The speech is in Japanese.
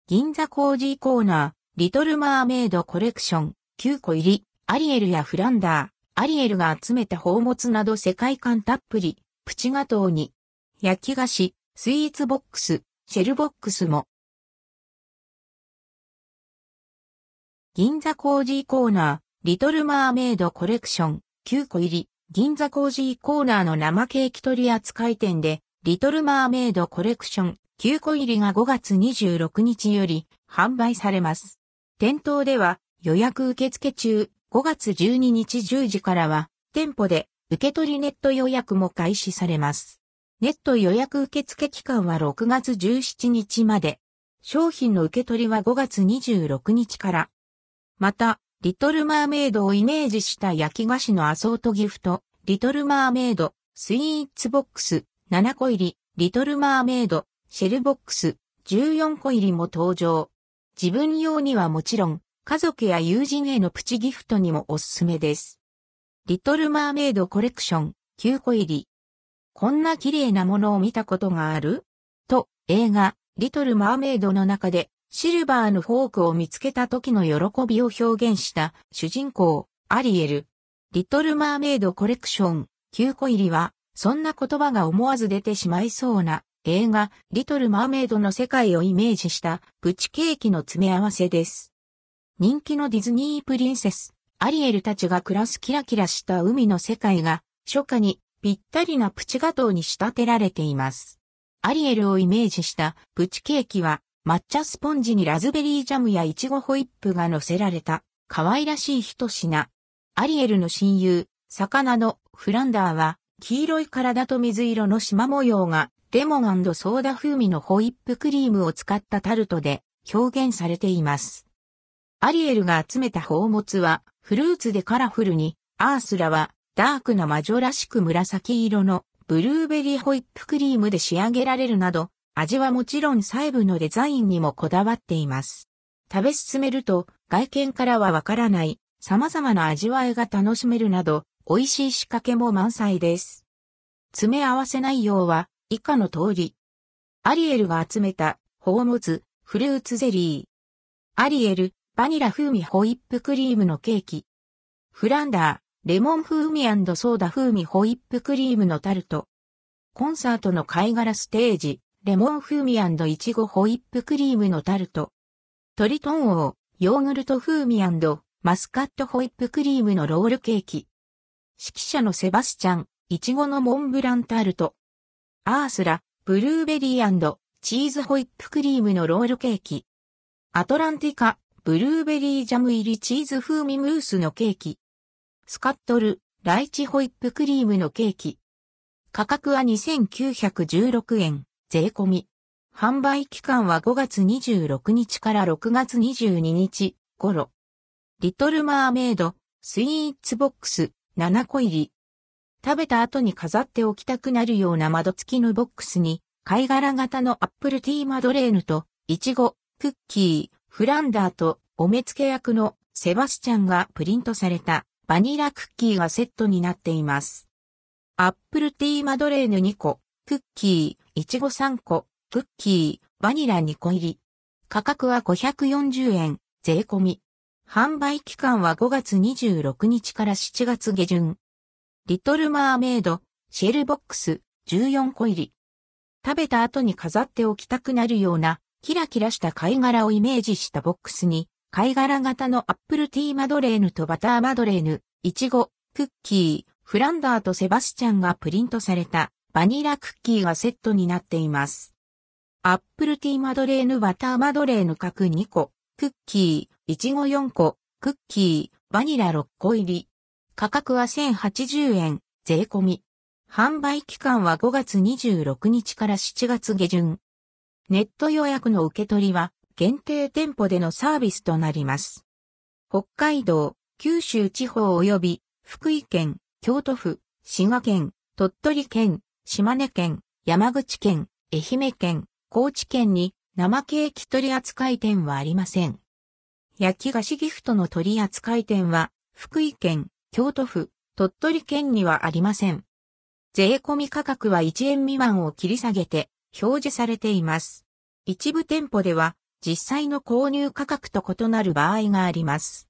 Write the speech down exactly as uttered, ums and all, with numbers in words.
銀座コージーコーナー、リトルマーメイドコレクション、きゅうこ入り、アリエルやフランダー、アリエルが集めた宝物など世界観たっぷり、プチガトーに、焼き菓子、スイーツボックス、シェルボックスも。銀座コージーコーナー、リトルマーメイドコレクション、きゅうこ入り、銀座コージーコーナーの生ケーキ取扱店で、リトルマーメイドコレクション、きゅうこ入りがごがつにじゅうろくにちより販売されます。店頭では予約受付中、ごがつじゅうににちじゅうじからは店舗で受け取りネット予約も開始されます。ネット予約受付期間はろくがつじゅうしちにちまで。商品の受け取りはごがつにじゅうろくにちから。また、リトルマーメイドをイメージした焼き菓子のアソートギフト、リトルマーメイド、スイーツボックス、ななこ入り、リトルマーメイド、シェルボックス、じゅうよんこ入りも登場。自分用にはもちろん、家族や友人へのプチギフトにもおすすめです。リトルマーメイドコレクション、きゅうこ入り。こんな綺麗なものを見たことがある？と、映画、リトルマーメイドの中で、シルバーのフォークを見つけた時の喜びを表現した主人公、アリエル。リトルマーメイドコレクション、きゅうこ入りは、そんな言葉が思わず出てしまいそうな映画、リトルマーメイドの世界をイメージしたプチケーキの詰め合わせです。人気のディズニープリンセス、アリエルたちが暮らすキラキラした海の世界が、初夏にぴったりなプチガトーに仕立てられています。アリエルをイメージしたプチケーキは、抹茶スポンジにラズベリージャムやイチゴホイップが乗せられた可愛らしい一品。アリエルの親友、魚のフランダーは黄色い体と水色の縞模様がレモン&ソーダ風味のホイップクリームを使ったタルトで表現されています。アリエルが集めた宝物はフルーツでカラフルに、アースラはダークな魔女らしく紫色のブルーベリーホイップクリームで仕上げられるなど、味はもちろん細部のデザインにもこだわっています。食べ進めると外見からはわからない様々な味わいが楽しめるなど美味しい仕掛けも満載です。詰め合わせ内容は以下の通り。アリエルが集めた宝物フルーツゼリー。アリエルバニラ風味ホイップクリームのケーキ。フランダーレモン風味&ソーダ風味ホイップクリームのタルト。コンサートの貝殻ステージ。レモン風味&イチゴホイップクリームのタルト。トリトン王、ヨーグルト風味&マスカットホイップクリームのロールケーキ。指揮者のセバスチャン、イチゴのモンブランタルト。アースラ、ブルーベリー&チーズホイップクリームのロールケーキ。アトランティカ、ブルーベリージャム入りチーズ風味ムースのケーキ。スカットル、ライチホイップクリームのケーキ。価格はにせんきゅうひゃくじゅうろくえん。税込み。販売期間はごがつにじゅうろくにちからろくがつにじゅうににち頃。リトルマーメイド、スイーツボックス、ななこ入り。食べた後に飾っておきたくなるような窓付きのボックスに、貝殻型のアップルティーマドレーヌと、イチゴ、クッキー、フランダーと、お目付け役のセバスチャンがプリントされたバニラクッキーがセットになっています。アップルティーマドレーヌにこ、クッキー、いちごさんこ、クッキー、バニラにこ入り。価格はごひゃくよんじゅうえん、税込み。販売期間はごがつにじゅうろくにちからしちがつげじゅん。リトルマーメイド、シェルボックス、じゅうよんこ入り。食べた後に飾っておきたくなるような、キラキラした貝殻をイメージしたボックスに、貝殻型のアップルティーマドレーヌとバターマドレーヌ、イチゴ、クッキー、フランダーとセバスチャンがプリントされた、バニラクッキーがセットになっています。アップルティーマドレーヌバターマドレーヌ各にこ、クッキー、いちごよんこ、クッキー、バニラろっこ入り。価格はせんはちじゅうえん、税込み。販売期間はごがつにじゅうろくにちからしちがつげじゅん。ネット予約の受け取りは限定店舗でのサービスとなります。北海道、九州地方及び福井県、京都府、滋賀県、鳥取県、島根県、山口県、愛媛県、高知県に生ケーキ取扱店はありません。焼き菓子ギフトの取扱店は福井県、京都府、鳥取県にはありません。税込み価格はいちえん未満を切り下げて表示されています。一部店舗では実際の購入価格と異なる場合があります。